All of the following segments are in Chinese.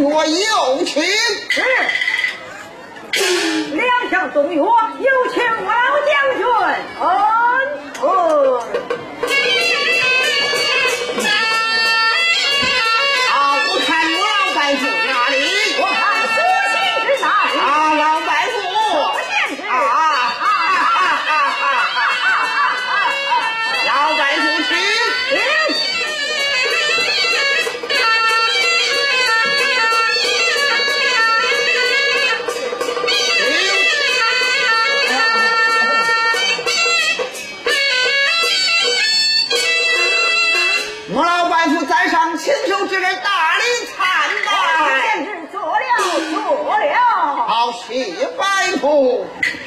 药有请。 是。两条东药有请我老将军。 我看我老白夫哪里？ 我看苏信之哪里？ 老白夫。 苏信之。 老白夫请。我老白夫在上请求之人大礼参拜。 贤侄做了。 好，谢白夫。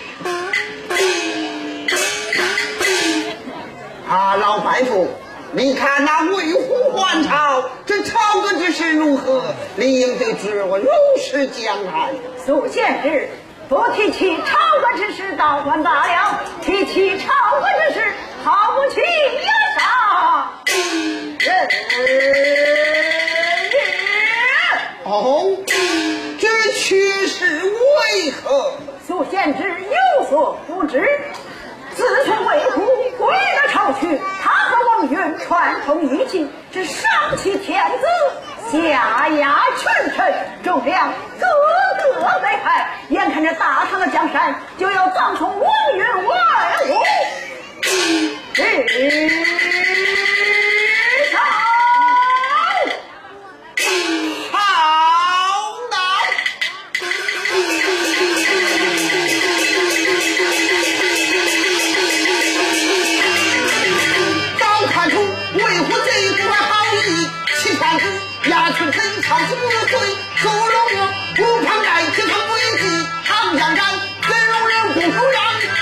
老白夫，你看那为虎还朝，这朝歌之事如何？你应得知我如实讲来。 苏贤侄，不提起朝歌之事，倒算罢了；提起朝歌之事，毫不起也上。 这却是为何？ 苏贤侄有所不知，自从魏虎归了朝去，他和王允串通一气，这上欺天子，下压群臣，众将个个被害，眼看着大唐的江山就要葬从王允外屋之上。 牙齿真长是不碎，手龙我无旁盖，铁堂不一记，长江山，人容人不手让。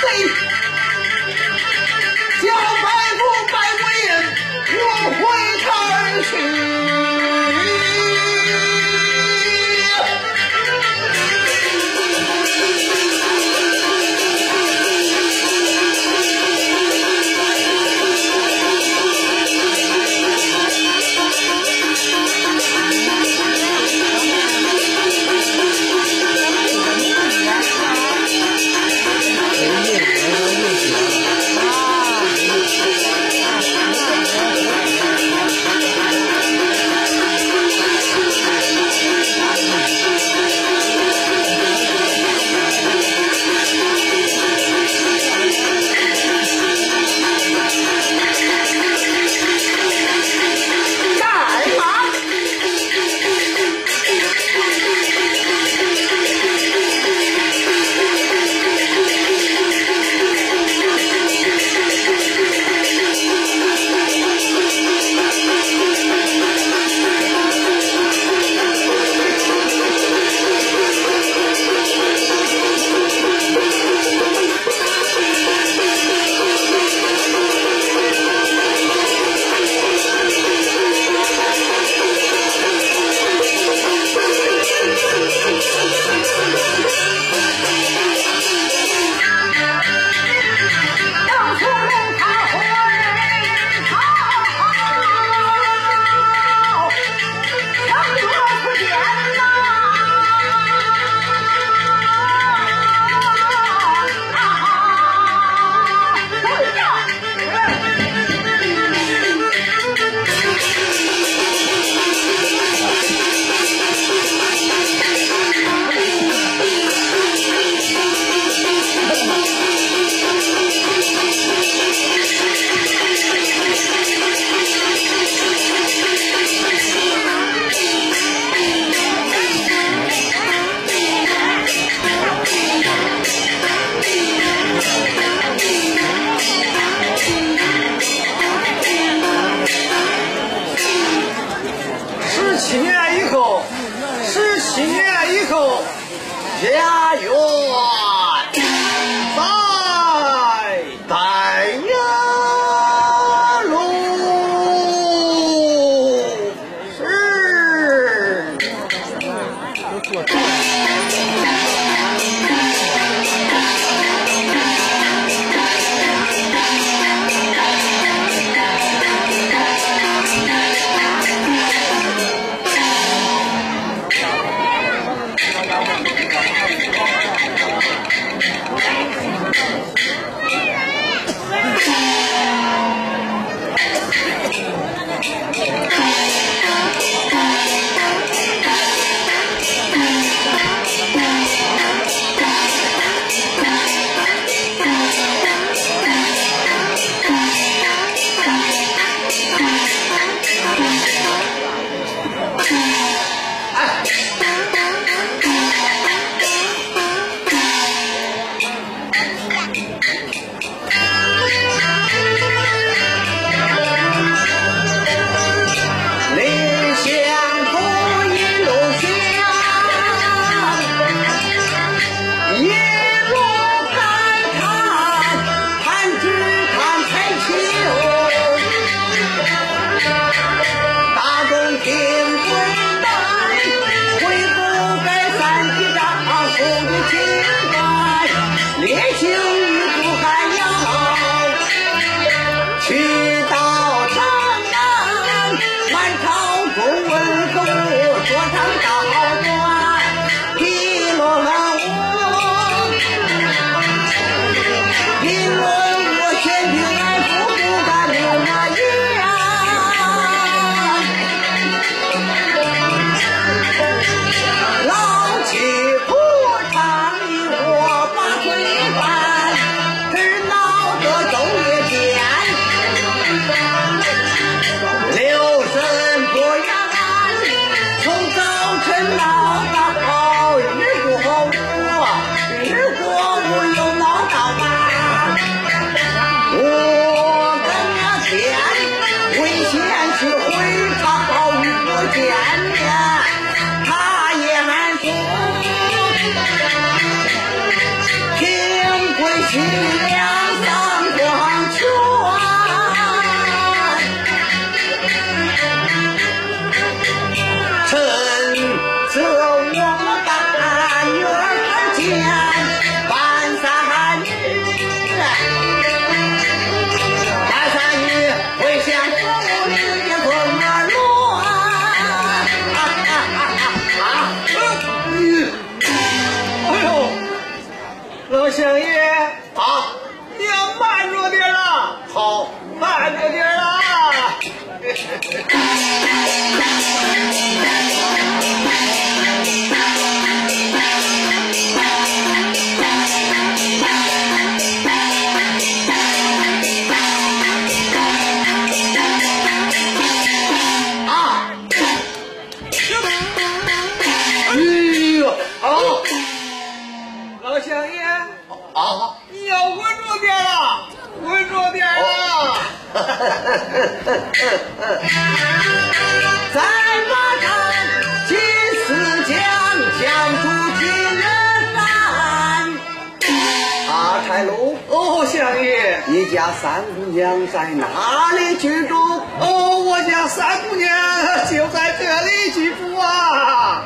在马场金丝将，将主金人难。阿柴龙， 哦，相爷， 你家三姑娘在哪里居住？ 哦，我家三姑娘就在这里居住啊。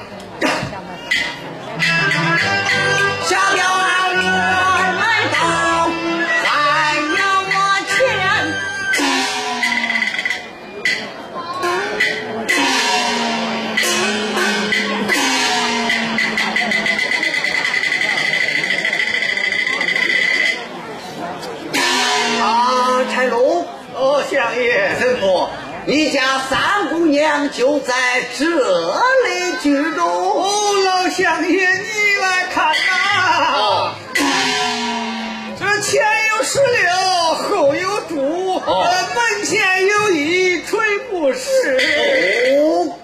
小表儿来到，还要我钱。啊，柴龙， 哦，相爷， 怎么？你家三姑娘就在这里居住？ 哦，老相爷，你来看呐。 哦， 这前有石榴，后有竹，门前有一垂不是。 哦，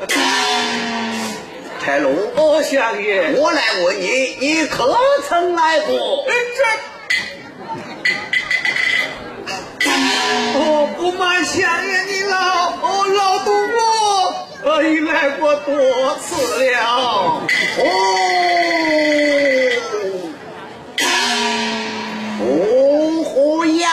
柴龙， 哦，相爷， 我来问你，你可曾来过？ 哦，不瞒相爷你老赌博，已来过多次了。 哦呀！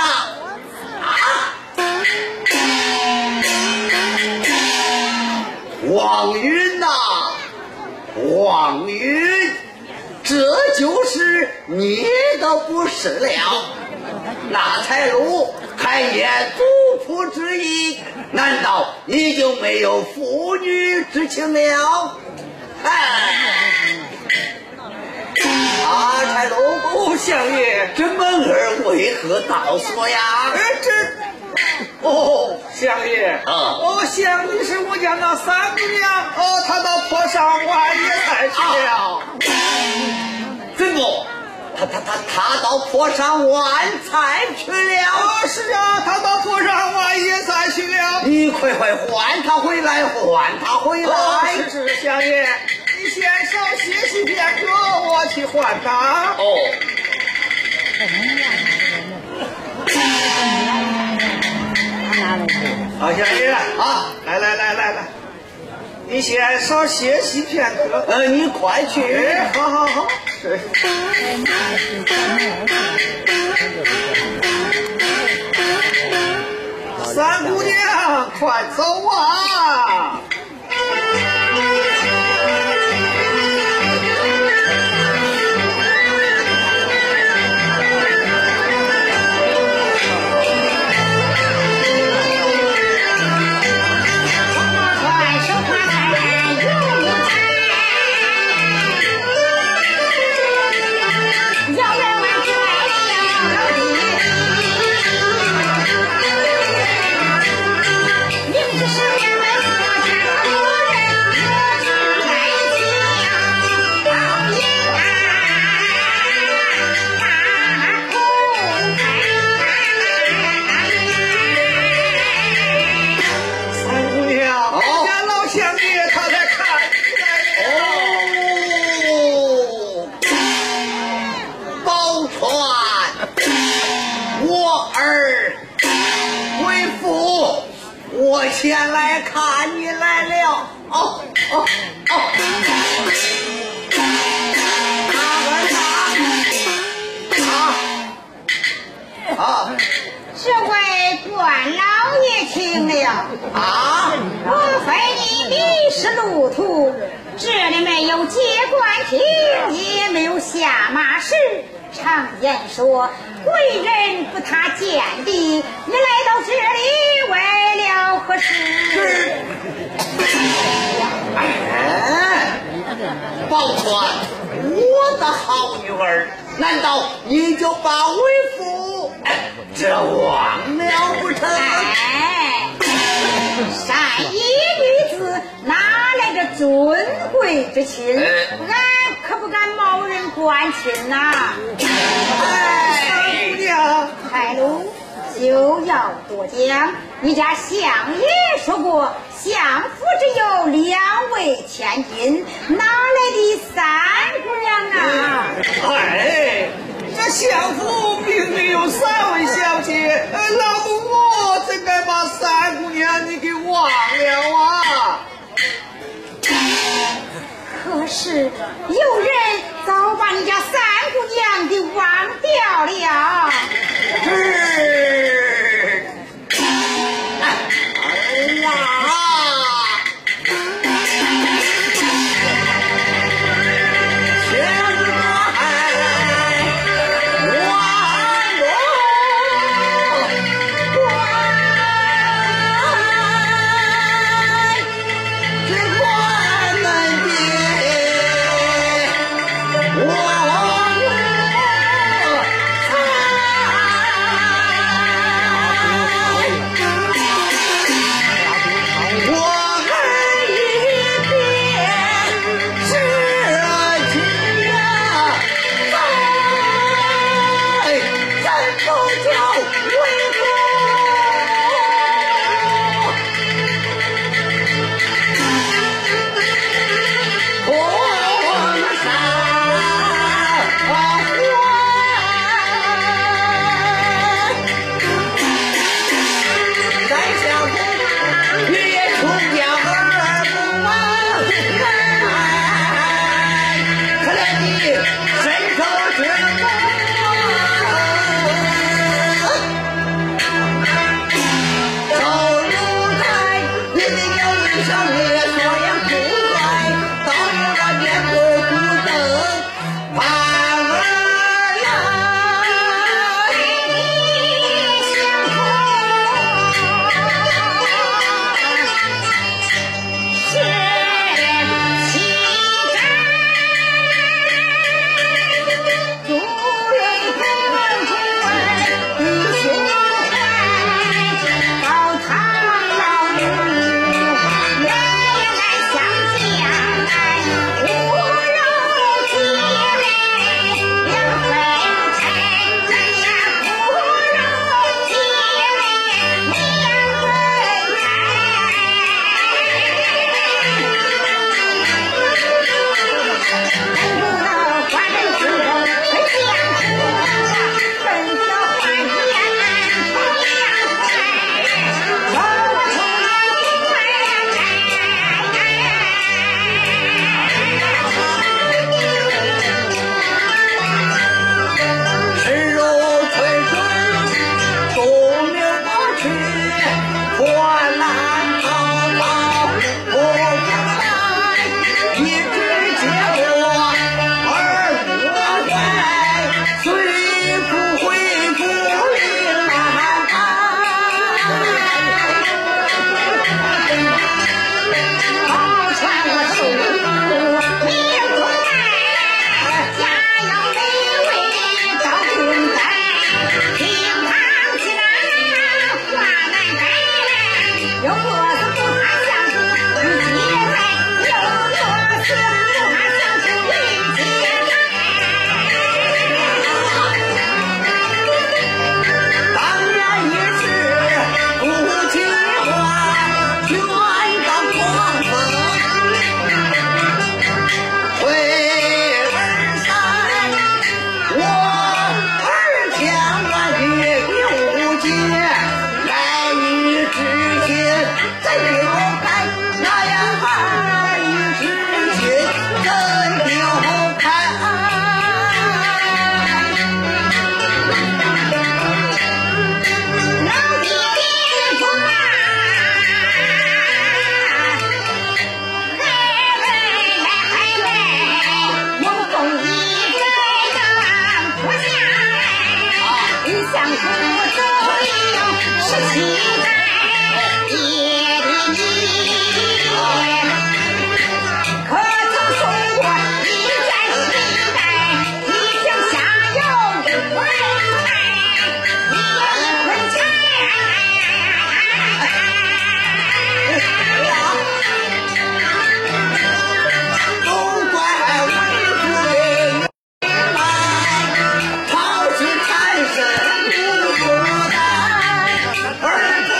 王云呐，王云，这就是你的不是了。那财路开业族谱之意，难道你就没有父女之情了？啊，财路， 哦，相爷， 这门儿为何倒锁呀？ 相爷，想你是我家那三姑娘，她到坡上玩野菜去了。 怎么？他到坡上玩菜去了？ 是啊，他到坡上玩野菜去了。 你快唤他回来，唤他回来。 是相爷，你先稍歇息片刻，我去唤他。相爷啊，来，你先稍歇息片刻。 你快去。 好。三姑娘，快走啊！ 我前来看你来了。 这位官老爷请了。莫非你迷失路途？这里没有接官厅，也没有下马石。常言说，贵人不踏见地。你来到这里为了何事？ 宝钏，我的好女儿，难道你就把为父这忘了不成？ 善衣女子哪来的尊贵之亲？俺可不敢冒人关亲呐。 三姑娘， 海路就要多讲。你家相爷说过，相府只有2位千金，哪来的三姑娘啊？ 这相府并没有3位小姐，老奴我怎把你给忘了啊！ 可是有人早把你家三姑娘给忘掉了。 哎呀！ 儿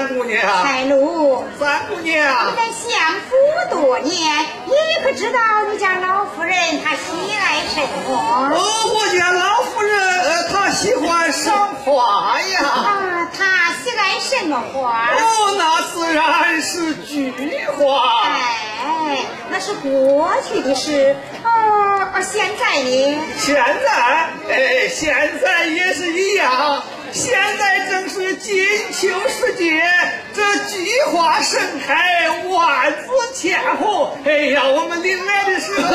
三姑娘。 海路， 三姑娘， 你在相府多年，你可知道你家老夫人她喜爱什么？ 我家老夫人她喜欢赏花呀。 啊，她喜爱什么花？ 那自然是菊花。 哎，那是过去的事。现在呢？ 现在也是一样。现在正是金秋时节，这菊花盛开，万紫千红。哎呀，我们临来的时候，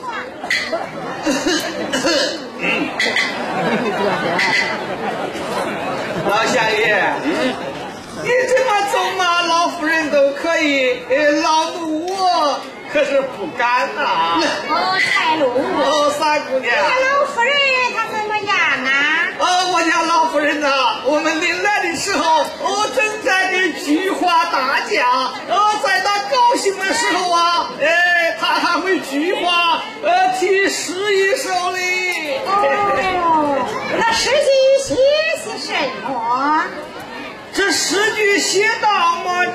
老相爷，你这么走嘛，老夫人都可以，老奴我可是不敢呐。 太路。 三姑娘。 你家老夫人她怎么样啊？ 我家老夫人呐，我们临来的时候，正在给菊花打架。在她高兴的时候啊，她还会菊花替诗一首哩。 那诗句写什么？ 这诗句写到么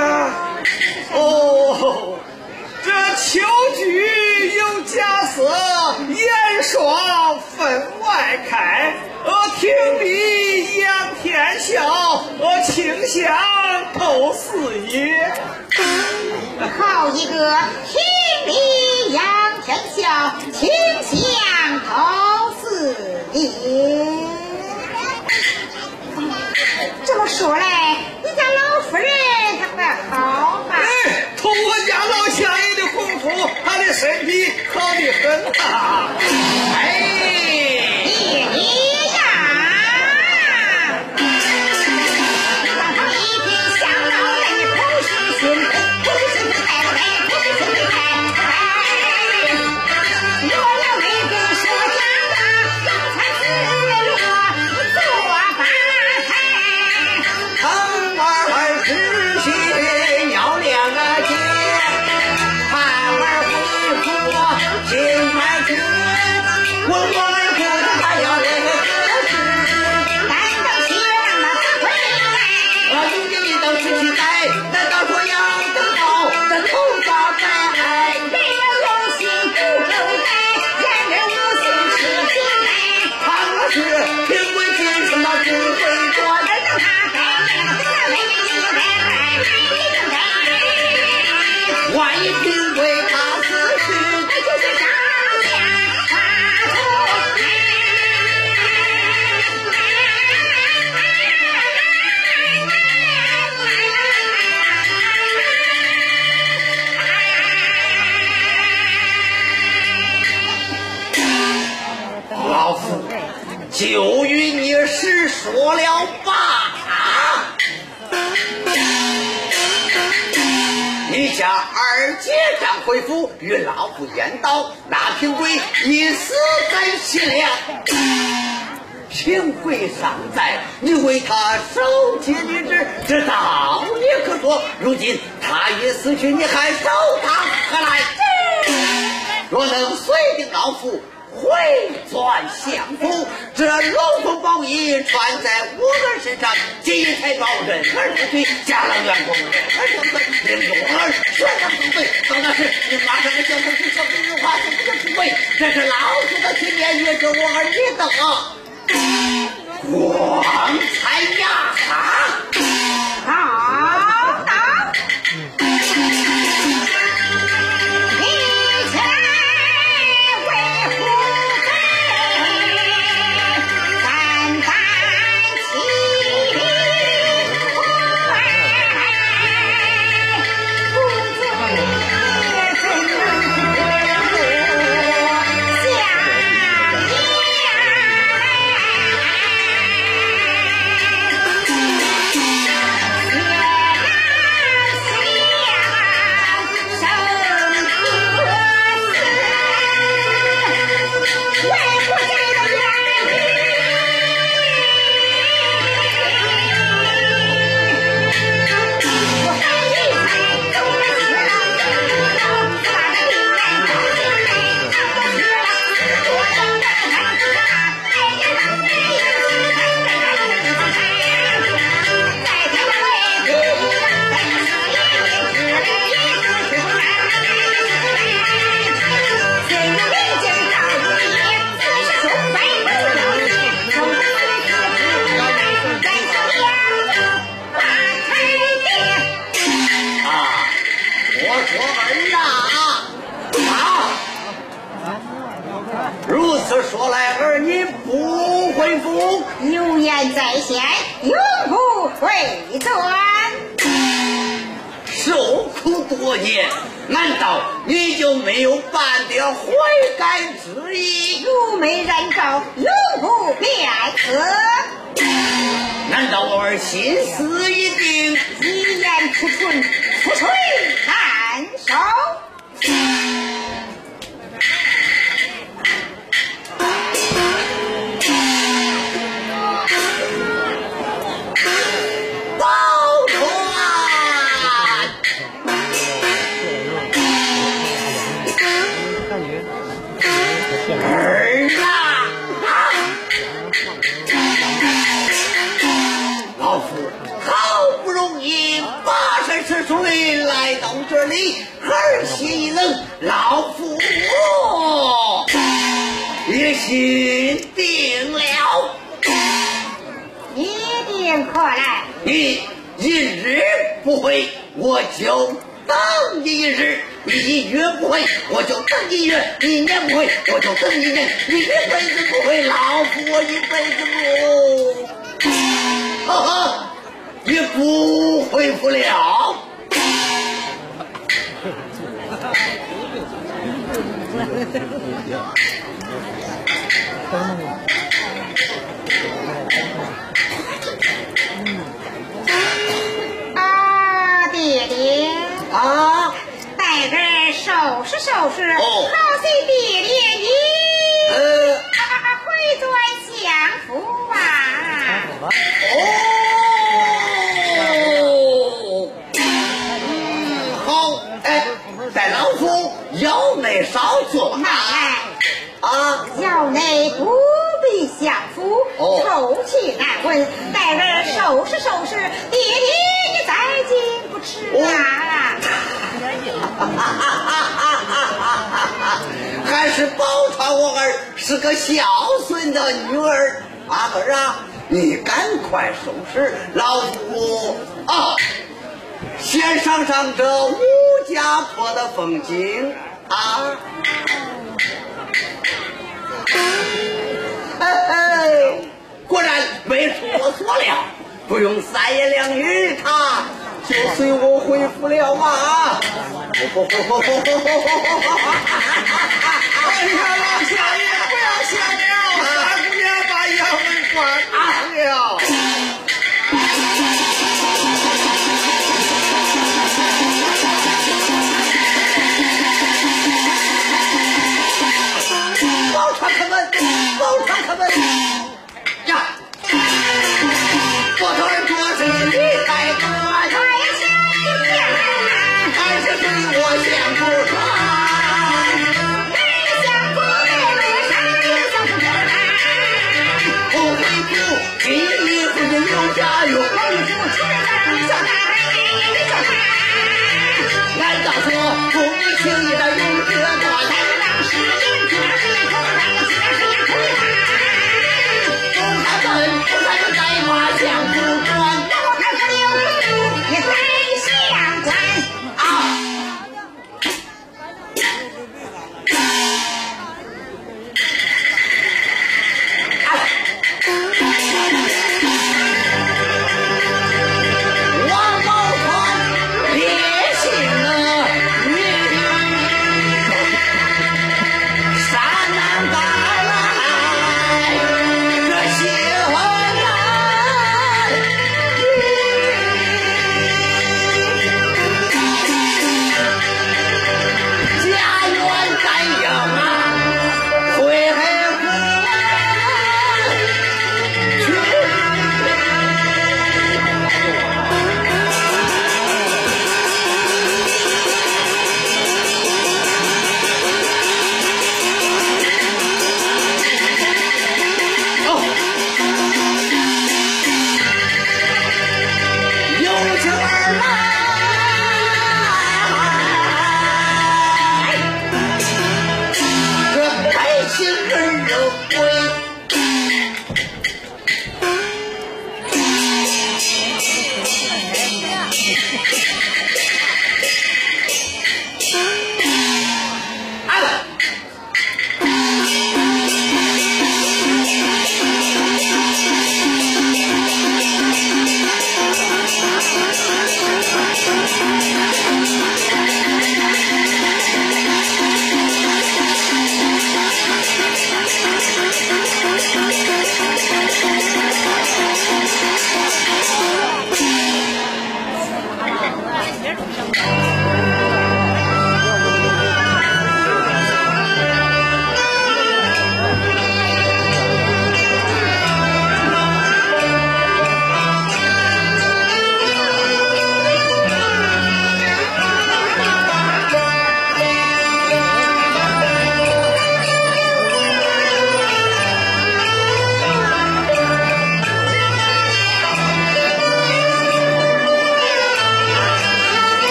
这秋菊有佳色，燕爽分外开。庭里仰天笑，清香透四野。 好一个庭里仰天笑，清香透四野。这么说来，你家老夫人她可好吧？ 图我家老相爷的功夫，他的身体好得很啊。就与你实说了吧。你家二姐张回府与老夫言道，那平贵一死在西凉。平贵尚在，你为他守节女旨，这道理可说。如今他已死去，你还守他何来？若能随定老夫回转相府，这龙凤宝衣穿在我儿身上，金银财宝人而不退，家郎员工人而生存，令我儿选择不对。到那时你马上的相府去小平如花送这平贵，这是老夫的体面，也是我儿你的光彩呀！ 好的。 面永不回转。 受苦多年，难道你就没有半点悔改之意？ 如没人告，永不面子。 难道我儿心思已定， 一言不纯，不吹难收。 儿啊！老夫好不容易跋山涉水来到这里，儿血一冷，老夫也心定了。 一定可来。 你一日不回，我就等你一日；你一月不回，我就等一月；一年不回，我就等一年；你一辈子不回，老夫我一辈子不，呵呵，也不回复了。 爹爹啊， 待人收拾收拾， 哦好随爹爹你回转相夫啊。 好，哎，在老夫腰内少做奶奶啊， 腰内不必相夫，臭气难闻。待人收拾收拾，爹爹你再进不迟啊。 还是宝钏我儿是个孝顺的女儿。阿儿啊，你赶快收拾，老夫先赏赏这吴家坡的风景啊。果然没出我所料，不用三言两语，他就随我回府了啊！ 哎呀，老相爷不要想了，大姑娘把衙门关了。 宝钏他们，宝钏他们呀！我头儿做生意离开我，还是对我相不传。不回府，给你父亲留下用。难道说不你轻易的用这段？他们该马相不管， 也该相管啊！王宝钏烈性了，山南赶来，这些难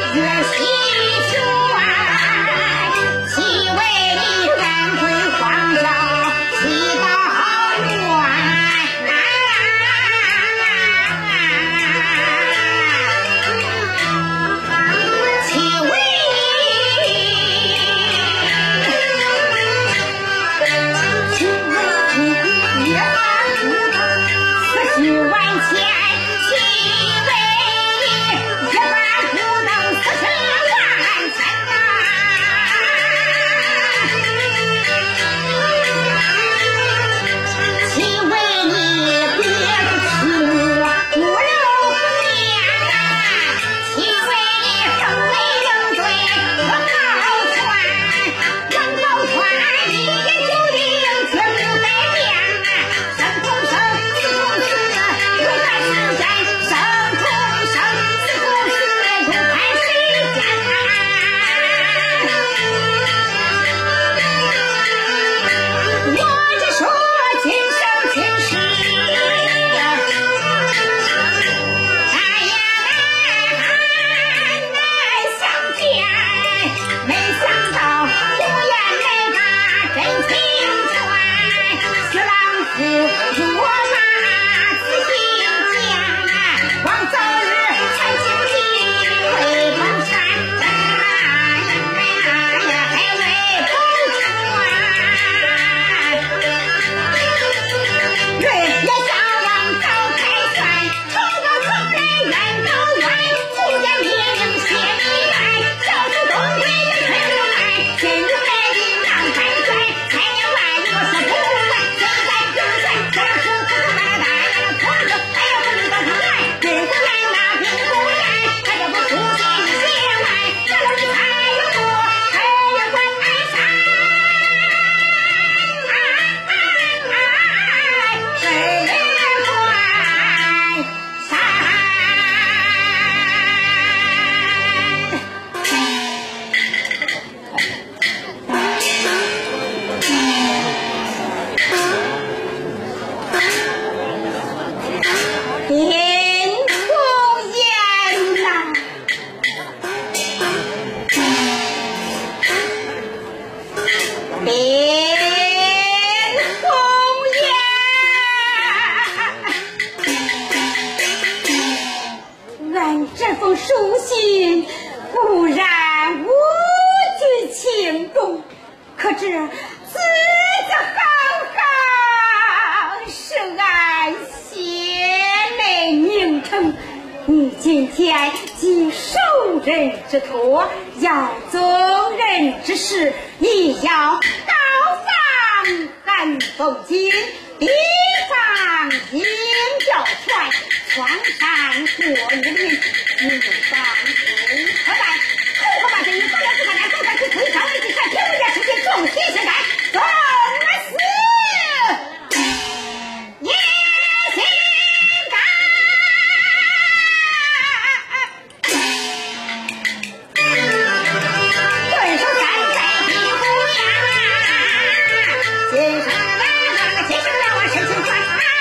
你今天既受人之托，要宗人之事，亦要高放寒风金，低放银吊船，床上过日林，你放心何在？如何把这一个人不敢来，都敢去推上一起看，天不见世界，众心现在总死。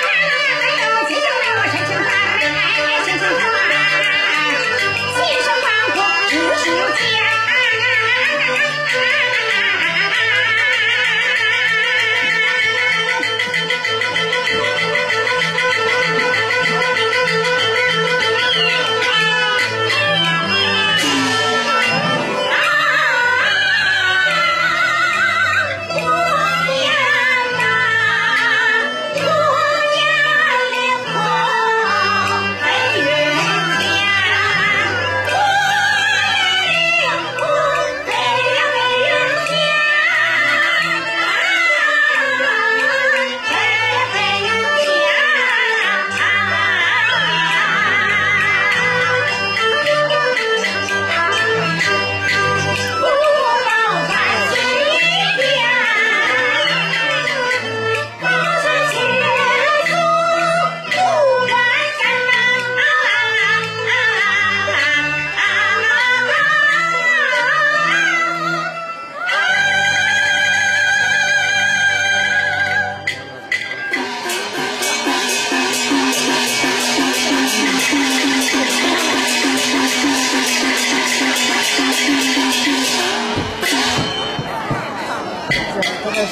新生娃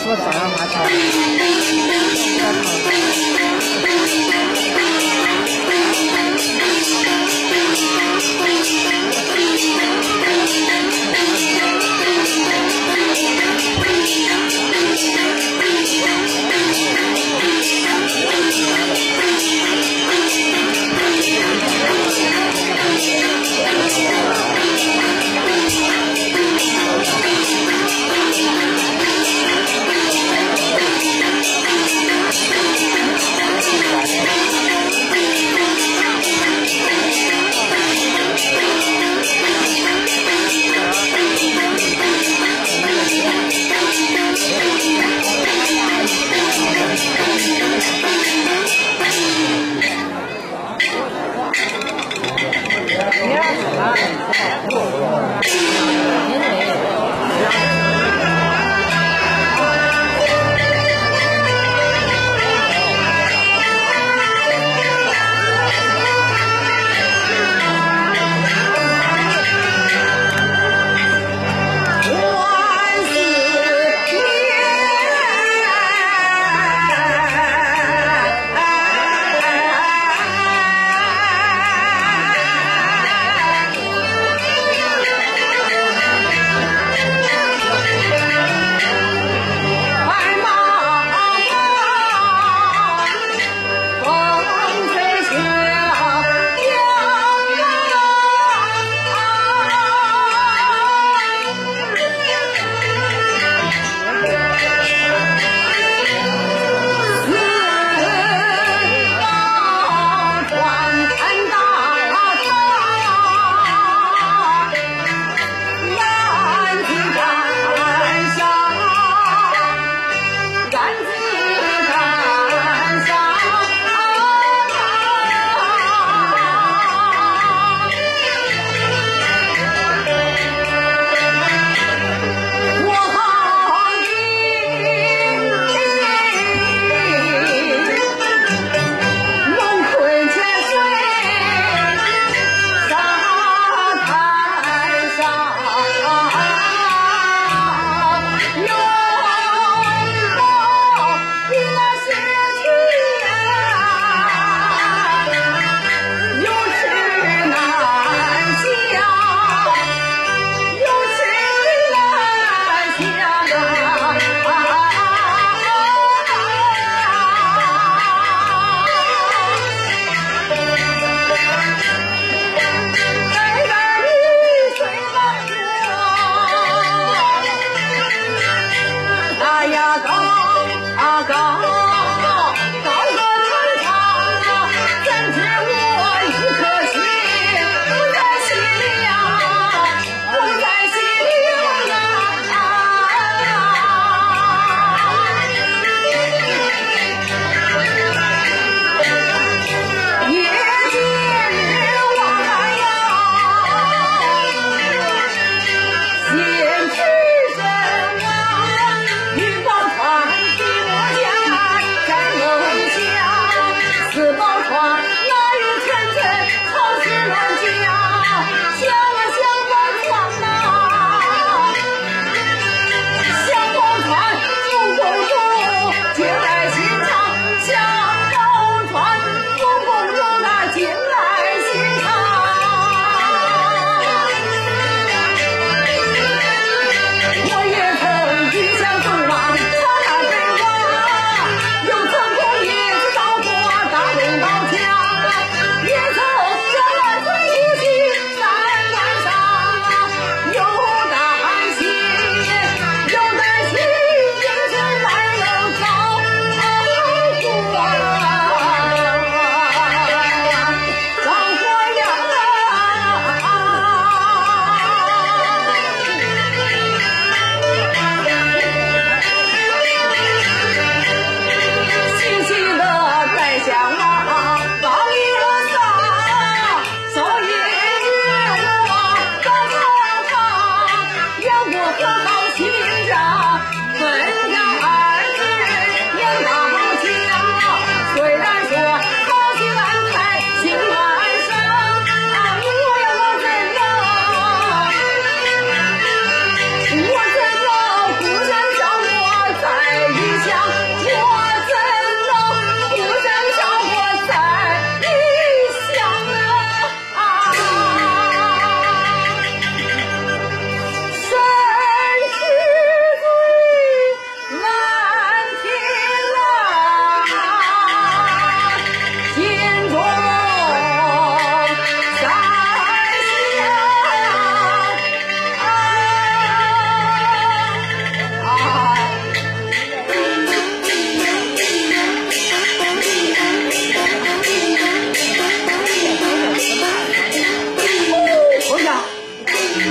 说早上麻条。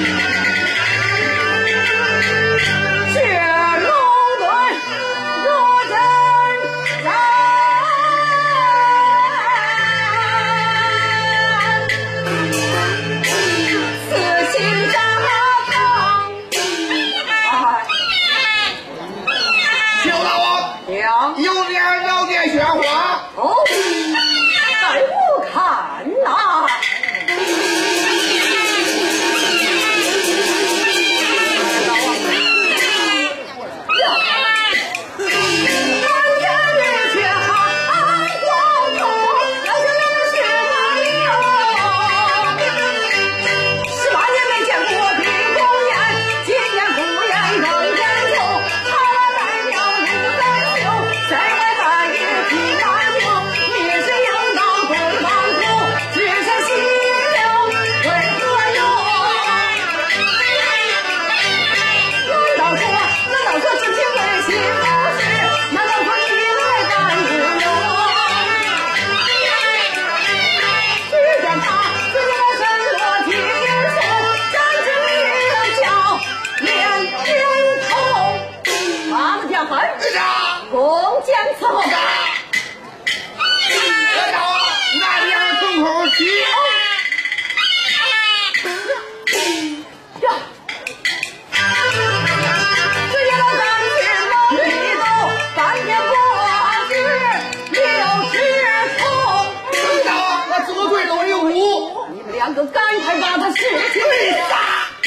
两个赶快把他使去杀！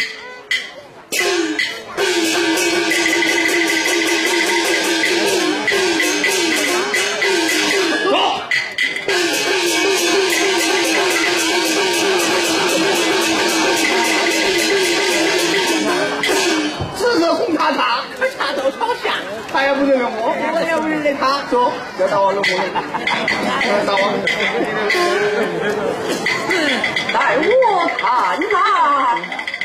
这个红塔塔，可插到朝下，他也不认我，我也不认他。走，别打我老公，别打我。 待我看看。